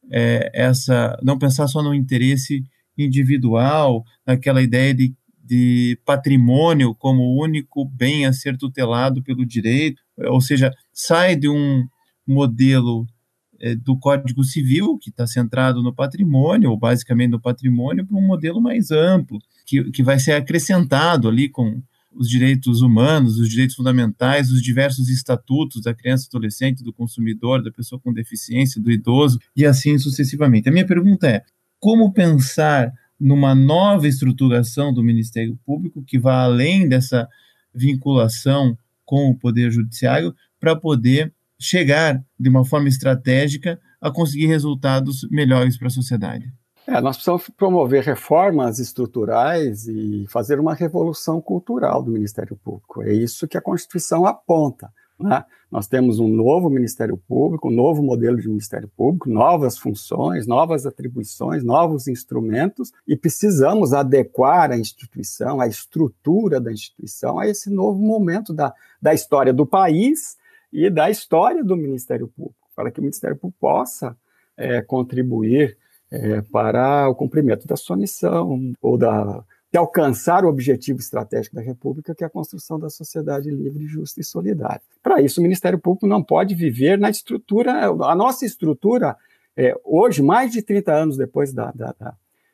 não pensar só no interesse individual, naquela ideia de patrimônio como o único bem a ser tutelado pelo direito, ou seja, sai de um modelo do Código Civil, que está centrado no patrimônio, ou basicamente no patrimônio, para um modelo mais amplo, que vai ser acrescentado ali com os direitos humanos, os direitos fundamentais, os diversos estatutos da criança, adolescente, do consumidor, da pessoa com deficiência, do idoso, e assim sucessivamente. A minha pergunta é, como pensar numa nova estruturação do Ministério Público que vá além dessa vinculação com o Poder Judiciário para poder chegar de uma forma estratégica a conseguir resultados melhores para a sociedade? Nós precisamos promover reformas estruturais e fazer uma revolução cultural do Ministério Público. É isso que a Constituição aponta, né? Nós temos um novo Ministério Público, um novo modelo de Ministério Público, novas funções, novas atribuições, novos instrumentos, e precisamos adequar a instituição, a estrutura da instituição a esse novo momento da história do país e da história do Ministério Público, para que o Ministério Público possa contribuir para o cumprimento da sua missão, ou de alcançar o objetivo estratégico da República, que é a construção da sociedade livre, justa e solidária. Para isso, o Ministério Público não pode viver na estrutura. A nossa estrutura, hoje, mais de 30 anos depois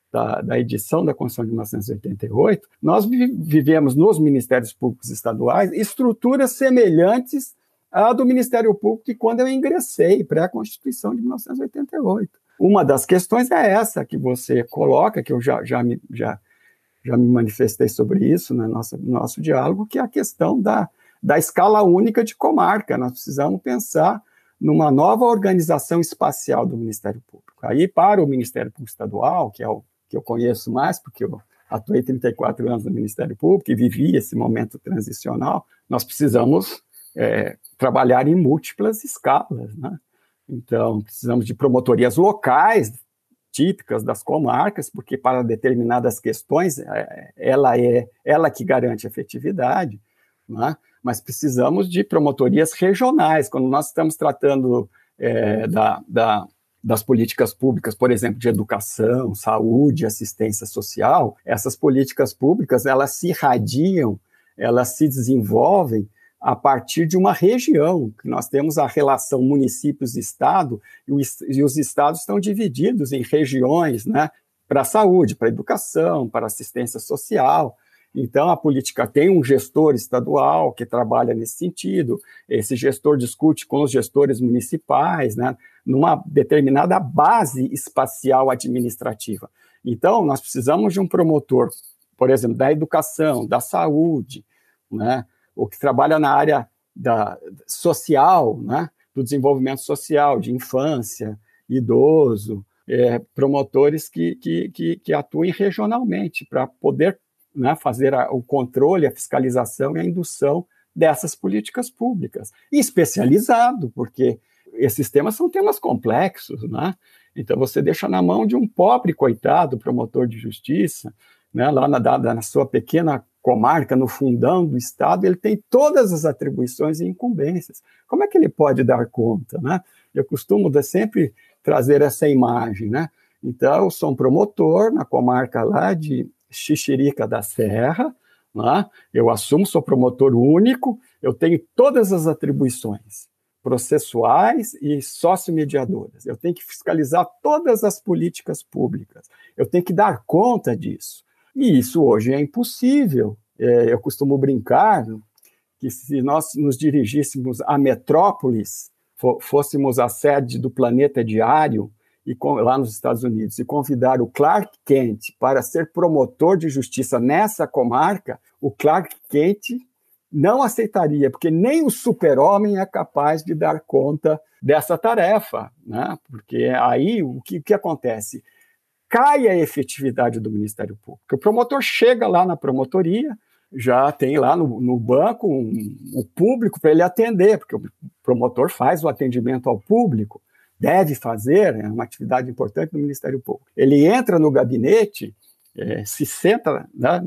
da edição da Constituição de 1988, nós vivemos nos Ministérios Públicos Estaduais estruturas semelhantes à do Ministério Público de quando eu ingressei, pré-Constituição de 1988. Uma das questões é essa que você coloca, que eu já me manifestei sobre isso no nosso diálogo, que é a questão da escala única de comarca. Nós precisamos pensar numa nova organização espacial do Ministério Público. Aí, para o Ministério Público Estadual, que é o que eu conheço mais, porque eu atuei 34 anos no Ministério Público e vivi esse momento transicional, nós precisamos trabalhar em múltiplas escalas, né? Então, precisamos de promotorias locais, típicas das comarcas, porque para determinadas questões ela que garante a efetividade, né? Mas precisamos de promotorias regionais. Quando nós estamos tratando das políticas públicas, por exemplo, de educação, saúde, assistência social, essas políticas públicas, elas se irradiam, elas se desenvolvem a partir de uma região, que nós temos a relação municípios-estado, e os estados estão divididos em regiões, né, para a saúde, para a educação, para a assistência social. Então, a política tem um gestor estadual que trabalha nesse sentido, esse gestor discute com os gestores municipais, né, numa determinada base espacial administrativa. Então, nós precisamos de um promotor, por exemplo, da educação, da saúde, né, ou que trabalha na área social, né, do desenvolvimento social, de infância, idoso, promotores que atuem regionalmente para poder, né, fazer o controle, a fiscalização e a indução dessas políticas públicas. E especializado, porque esses temas são temas complexos, né? Então você deixa na mão de um pobre coitado promotor de justiça, né, lá na sua pequena comarca, no fundão do Estado, ele tem todas as atribuições e incumbências. Como é que ele pode dar conta, né? Eu costumo sempre trazer essa imagem, né? Então, eu sou um promotor na comarca lá de Xixirica da Serra, né? Eu assumo, sou promotor único, eu tenho todas as atribuições processuais e sociomediadoras. Eu tenho que fiscalizar todas as políticas públicas. Eu tenho que dar conta disso. E isso hoje é impossível. Eu costumo brincar que se nós nos dirigíssemos a Metrópolis, fôssemos a sede do Planeta Diário, lá nos Estados Unidos, e convidar o Clark Kent para ser promotor de justiça nessa comarca, o Clark Kent não aceitaria, porque nem o super-homem é capaz de dar conta dessa tarefa, né? Porque aí o que acontece? Cai a efetividade do Ministério Público. O promotor chega lá na promotoria, já tem lá no banco o público para ele atender, porque o promotor faz o atendimento ao público, deve fazer, é uma atividade importante do Ministério Público. Ele entra no gabinete, se senta, né,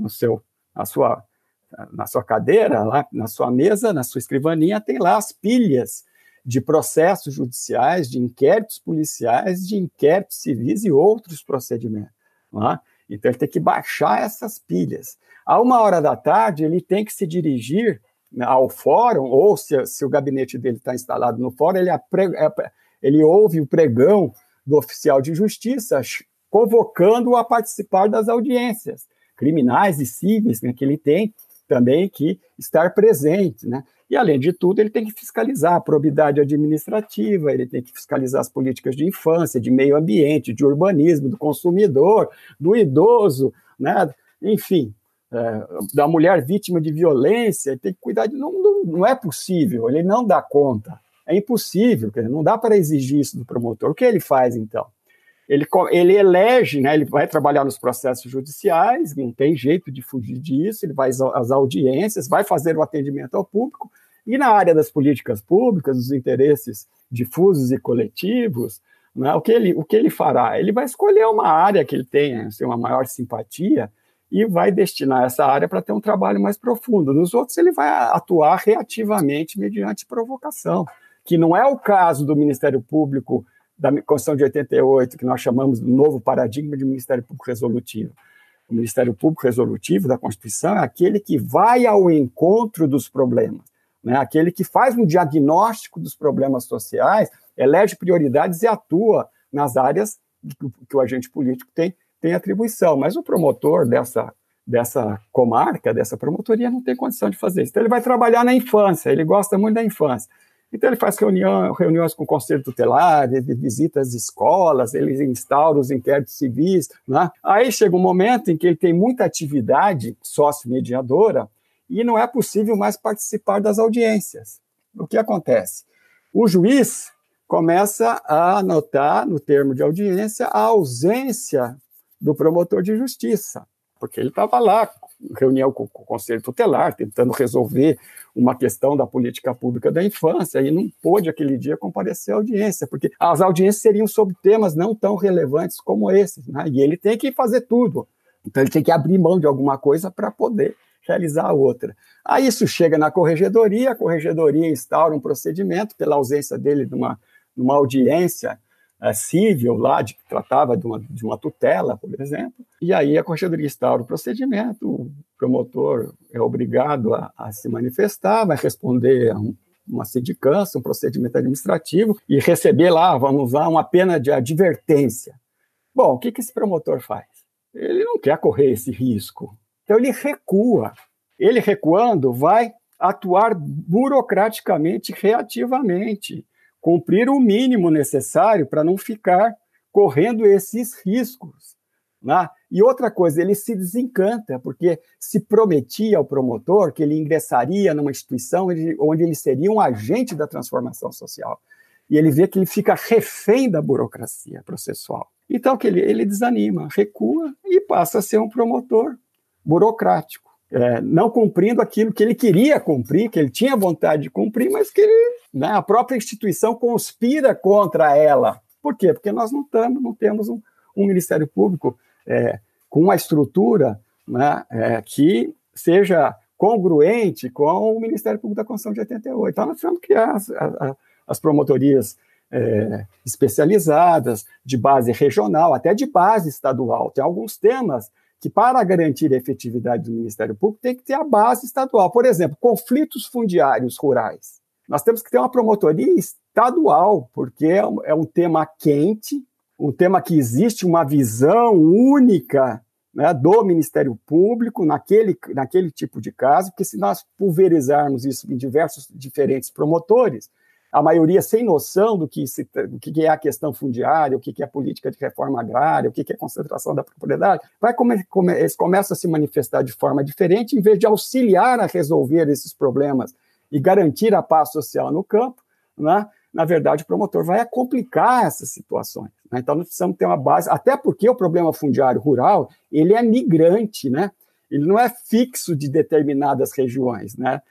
na sua cadeira, lá na sua mesa, na sua escrivaninha, tem lá as pilhas de processos judiciais, de inquéritos policiais, de inquéritos civis e outros procedimentos. Né? Então, ele tem que baixar essas pilhas. À 13h, ele tem que se dirigir ao fórum, ou se o gabinete dele está instalado no fórum, ele ouve o pregão do oficial de justiça convocando-o a participar das audiências criminais e cíveis, né, que ele tem também que estar presente, né? E, além de tudo, ele tem que fiscalizar a probidade administrativa, ele tem que fiscalizar as políticas de infância, de meio ambiente, de urbanismo, do consumidor, do idoso, né? Enfim, da mulher vítima de violência, ele tem que cuidar de... Não é possível, ele não dá conta, é impossível, não dá para exigir isso do promotor. O que ele faz, então? Ele elege, né, ele vai trabalhar nos processos judiciais, não tem jeito de fugir disso, ele vai às audiências, vai fazer o atendimento ao público, e na área das políticas públicas, dos interesses difusos e coletivos, né, o que ele fará? Ele vai escolher uma área que ele tenha uma maior simpatia e vai destinar essa área para ter um trabalho mais profundo. Nos outros, ele vai atuar reativamente mediante provocação, que não é o caso do Ministério Público da Constituição de 88, que nós chamamos do novo paradigma de Ministério Público Resolutivo. O Ministério Público Resolutivo da Constituição é aquele que vai ao encontro dos problemas, né? Aquele que faz um diagnóstico dos problemas sociais, elege prioridades e atua nas áreas que o agente político tem tem atribuição, mas o promotor dessa comarca, dessa promotoria, não tem condição de fazer isso. Então, ele vai trabalhar na infância, ele gosta muito da infância. Então, ele faz reuniões com o conselho tutelar, ele visita as escolas, ele instaura os inquéritos civis, né? Aí chega um momento em que ele tem muita atividade sócio-mediadora e não é possível mais participar das audiências. O que acontece? O juiz começa a notar, no termo de audiência, a ausência do promotor de justiça, porque ele estava lá, reunião com o Conselho Tutelar, tentando resolver uma questão da política pública da infância, e não pôde, aquele dia, comparecer à audiência, porque as audiências seriam sobre temas não tão relevantes como esses, né? E ele tem que fazer tudo. Então, ele tem que abrir mão de alguma coisa para poder realizar a outra. Aí isso chega na corregedoria, a corregedoria instaura um procedimento, pela ausência dele numa audiência civil lá, que tratava de uma tutela, por exemplo, e aí a corregedoria instaura o procedimento, o promotor é obrigado a se manifestar, vai responder a uma sindicância, um procedimento administrativo, e receber lá, vamos lá, uma pena de advertência. Bom, o que esse promotor faz? Ele não quer correr esse risco, então ele recua. Ele recuando vai atuar burocraticamente, reativamente, cumprir o mínimo necessário para não ficar correndo esses riscos, né? E outra coisa, ele se desencanta, porque se prometia ao promotor que ele ingressaria numa instituição onde ele seria um agente da transformação social. E ele vê que ele fica refém da burocracia processual. Então, que ele desanima, recua e passa a ser um promotor burocrático. Não cumprindo aquilo que ele queria cumprir, que ele tinha vontade de cumprir, mas que a própria instituição conspira contra ela. Por quê? Porque nós não temos um Ministério Público com uma estrutura, né, que seja congruente com o Ministério Público da Constituição de 88. Então, nós temos que criar as promotorias especializadas, de base regional, até de base estadual. Tem alguns temas que, para garantir a efetividade do Ministério Público, tem que ter a base estadual. Por exemplo, conflitos fundiários rurais. Nós temos que ter uma promotoria estadual, porque é um tema quente, um tema que existe uma visão única, né, do Ministério Público naquele tipo de caso, porque se nós pulverizarmos isso em diversos diferentes promotores, a maioria sem noção do que é a questão fundiária, o que é a política de reforma agrária, o que é a concentração da propriedade, eles começam a se manifestar de forma diferente, em vez de auxiliar a resolver esses problemas e garantir a paz social no campo, né? Na verdade, o promotor vai complicar essas situações, né? Então, nós precisamos ter uma base, até porque o problema fundiário rural, ele é migrante, né? Ele não é fixo de determinadas regiões, né?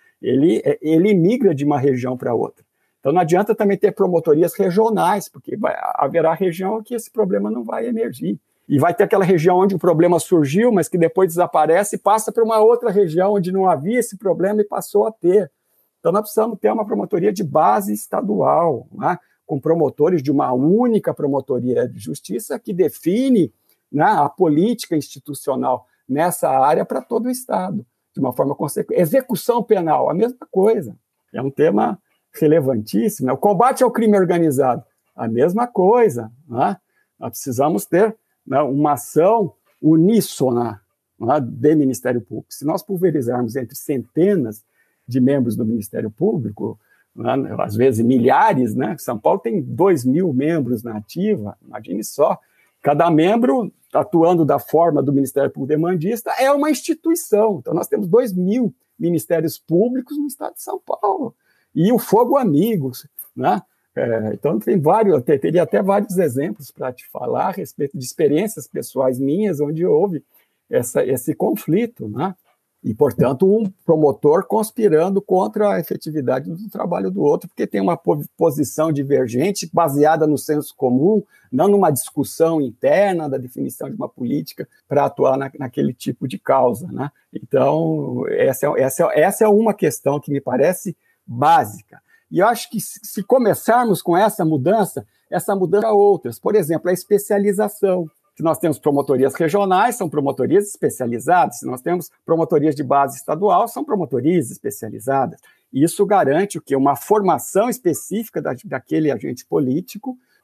Ele migra de uma região para outra. Então, não adianta também ter promotorias regionais, porque haverá região que esse problema não vai emergir. E vai ter aquela região onde o problema surgiu, mas que depois desaparece e passa para uma outra região onde não havia esse problema e passou a ter. Então, nós precisamos ter uma promotoria de base estadual, né, com promotores de uma única promotoria de justiça que define, né, a política institucional nessa área para todo o Estado, de uma forma consequente. Execução penal, a mesma coisa. É um tema relevantíssimo, né? O combate ao crime organizado, a mesma coisa, né? Nós precisamos ter, né, uma ação uníssona, né, do Ministério Público. Se nós pulverizarmos entre centenas de membros do Ministério Público, né, às vezes milhares, né? São Paulo tem 2.000 membros na ativa, imagine só, cada membro atuando da forma do Ministério Público demandista é uma instituição. Então nós temos 2.000 ministérios públicos no estado de São Paulo. E o fogo amigo, né? Então teria até vários exemplos para te falar a respeito de experiências pessoais minhas, onde houve esse conflito, né? E, portanto, um promotor conspirando contra a efetividade do trabalho do outro, porque tem uma posição divergente, baseada no senso comum, não numa discussão interna da definição de uma política para atuar naquele tipo de causa, né? Então, essa é uma questão que me parece básica. E eu acho que se começarmos com essa mudança outras. Por exemplo, a especialização. Se nós temos promotorias regionais, são promotorias especializadas. Se nós temos promotorias de base estadual, são promotorias especializadas. Isso garante o quê? Uma formação específica daquele agente político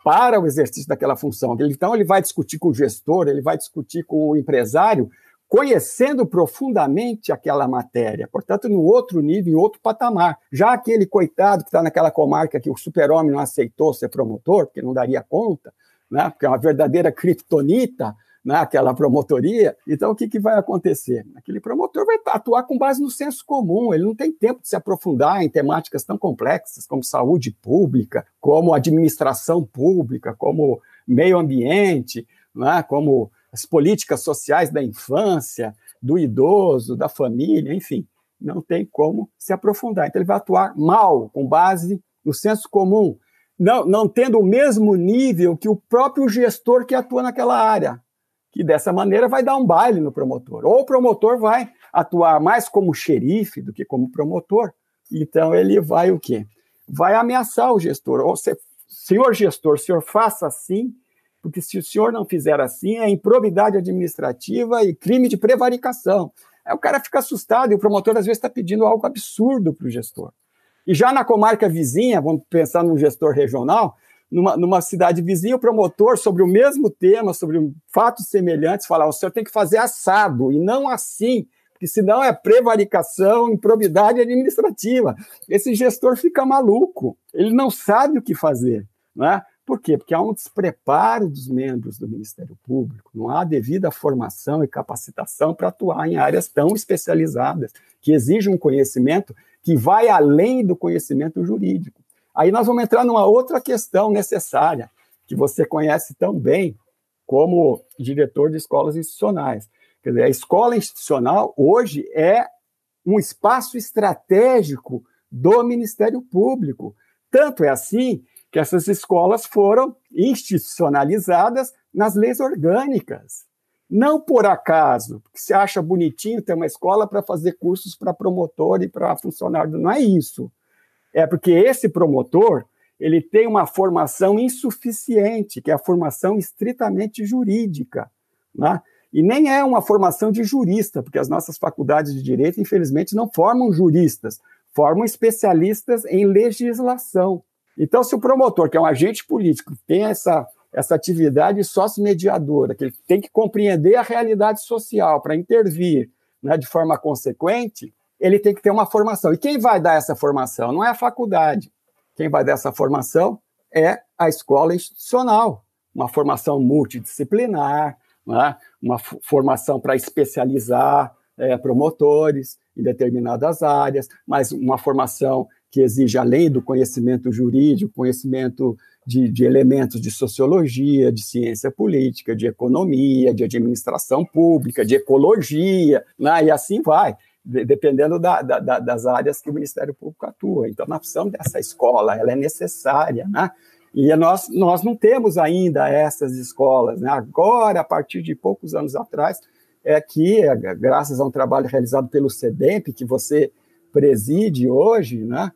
para o exercício daquela função. Então, ele vai discutir com o gestor, ele vai discutir com o empresário, conhecendo profundamente aquela matéria, portanto, no outro nível, em outro patamar. Já aquele coitado que está naquela comarca que o super-homem não aceitou ser promotor, porque não daria conta, né? Porque é uma verdadeira criptonita, né? Aquela promotoria. Então, o que vai acontecer? Aquele promotor vai atuar com base no senso comum, ele não tem tempo de se aprofundar em temáticas tão complexas como saúde pública, como administração pública, como meio ambiente, né? Como as políticas sociais da infância, do idoso, da família, enfim, não tem como se aprofundar. Então, ele vai atuar mal, com base no senso comum, não tendo o mesmo nível que o próprio gestor que atua naquela área, que dessa maneira vai dar um baile no promotor. Ou o promotor vai atuar mais como xerife do que como promotor. Então, ele vai o quê? Vai ameaçar o gestor. Ou senhor gestor, o senhor faça assim, porque se o senhor não fizer assim, é improbidade administrativa e crime de prevaricação. Aí o cara fica assustado e o promotor, às vezes, está pedindo algo absurdo para o gestor. E já na comarca vizinha, vamos pensar num gestor regional, numa cidade vizinha, o promotor, sobre o mesmo tema, sobre fatos semelhantes, fala, o senhor tem que fazer assado e não assim, porque senão é prevaricação, improbidade administrativa. Esse gestor fica maluco, ele não sabe o que fazer, né? Por quê? Porque há um despreparo dos membros do Ministério Público, não há devida formação e capacitação para atuar em áreas tão especializadas, que exigem um conhecimento que vai além do conhecimento jurídico. Aí nós vamos entrar numa outra questão necessária, que você conhece tão bem como diretor de escolas institucionais. Quer dizer, a escola institucional hoje é um espaço estratégico do Ministério Público. Tanto é assim que essas escolas foram institucionalizadas nas leis orgânicas. Não por acaso, porque se acha bonitinho ter uma escola para fazer cursos para promotor e para funcionário. Não é isso. É porque esse promotor ele tem uma formação insuficiente, que é a formação estritamente jurídica, né? E nem é uma formação de jurista, porque as nossas faculdades de direito, infelizmente, não formam juristas, formam especialistas em legislação. Então, se o promotor, que é um agente político, tem essa atividade sócio-mediadora, que ele tem que compreender a realidade social para intervir, né, de forma consequente, ele tem que ter uma formação. E quem vai dar essa formação? Não é a faculdade. Quem vai dar essa formação é a escola institucional, uma formação multidisciplinar, né, uma formação para especializar promotores em determinadas áreas, mas uma formação que exige, além do conhecimento jurídico, conhecimento de elementos de sociologia, de ciência política, de economia, de administração pública, de ecologia, né? E assim vai, dependendo das áreas que o Ministério Público atua. Então, nós precisamos dessa escola, ela é necessária, né? E nós não temos ainda essas escolas, né? Agora, a partir de poucos anos atrás, é que, graças a um trabalho realizado pelo SEDEMP, que você preside hoje, né?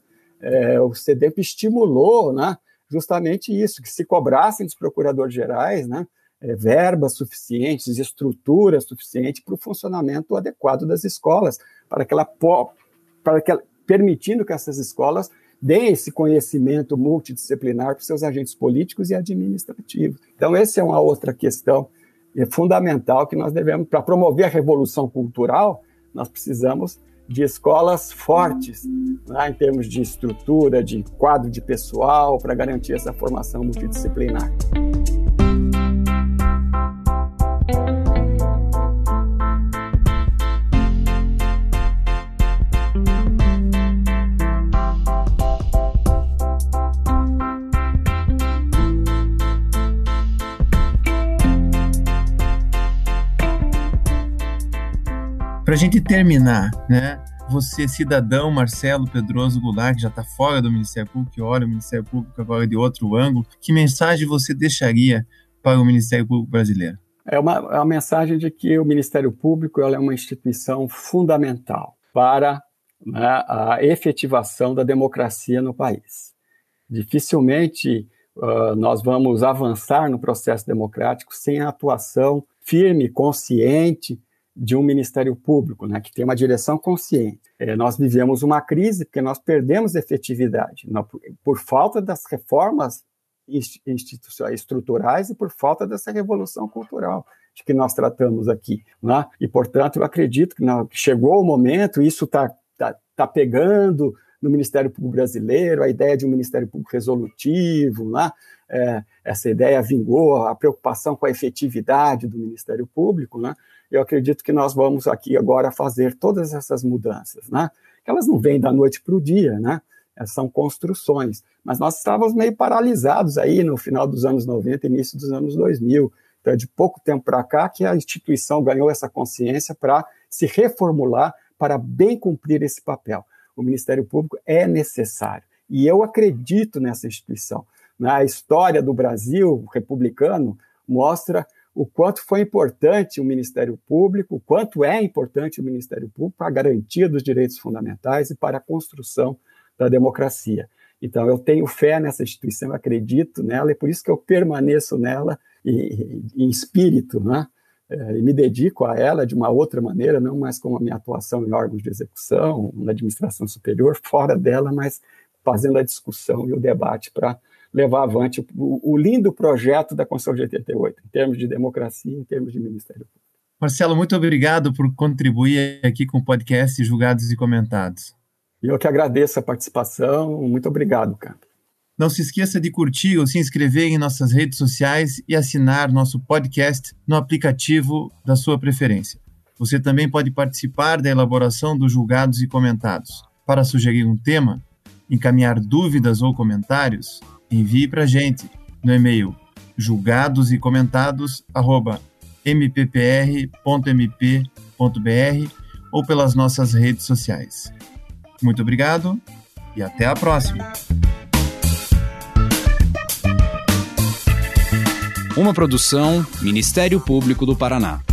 O SEDEMP estimulou, né, justamente isso, que se cobrassem dos procuradores gerais, né, verbas suficientes, estrutura suficiente para o funcionamento adequado das escolas, permitindo que essas escolas deem esse conhecimento multidisciplinar para os seus agentes políticos e administrativos. Então, essa é uma outra questão fundamental que nós devemos, para promover a revolução cultural, nós precisamos de escolas fortes, né, em termos de estrutura, de quadro de pessoal, para garantir essa formação multidisciplinar. Para a gente terminar, né? Você, cidadão Marcelo Pedroso Goulart, que já está fora do Ministério Público, que olha o Ministério Público agora de outro ângulo, que mensagem você deixaria para o Ministério Público brasileiro? É uma mensagem de que o Ministério Público é uma instituição fundamental para, né, a efetivação da democracia no país. Dificilmente nós vamos avançar no processo democrático sem a atuação firme, consciente, de um Ministério Público, né, que tem uma direção consciente. Nós vivemos uma crise porque nós perdemos efetividade por falta das reformas institucionais estruturais e por falta dessa revolução cultural de que nós tratamos aqui, né? E, portanto, eu acredito que chegou o momento, isso está pegando no Ministério Público Brasileiro, a ideia de um Ministério Público resolutivo, né? Essa ideia vingou, a preocupação com a efetividade do Ministério Público, né? Eu acredito que nós vamos aqui agora fazer todas essas mudanças, né? Elas não vêm da noite para o dia, né? São construções, mas nós estávamos meio paralisados aí no final dos anos 90, início dos anos 2000, então é de pouco tempo para cá que a instituição ganhou essa consciência para se reformular, para bem cumprir esse papel. O Ministério Público é necessário, e eu acredito nessa instituição. A história do Brasil republicano mostra o quanto foi importante o Ministério Público, o quanto é importante o Ministério Público para a garantia dos direitos fundamentais e para a construção da democracia. Então, eu tenho fé nessa instituição, acredito nela, e por isso que eu permaneço nela em espírito, né? E me dedico a ela de uma outra maneira, não mais com a minha atuação em órgãos de execução, na administração superior, fora dela, mas fazendo a discussão e o debate para levar avante o lindo projeto da Constituição de 88, em termos de democracia, em termos de Ministério Público. Marcelo, muito obrigado por contribuir aqui com o podcast Julgados e Comentados. Eu que agradeço a participação, muito obrigado, Campo. Não se esqueça de curtir ou se inscrever em nossas redes sociais e assinar nosso podcast no aplicativo da sua preferência. Você também pode participar da elaboração dos Julgados e Comentados. Para sugerir um tema, encaminhar dúvidas ou comentários, envie para a gente no e-mail julgadosecomentado@mppr.mp.br ou pelas nossas redes sociais. Muito obrigado e até a próxima! Uma produção Ministério Público do Paraná.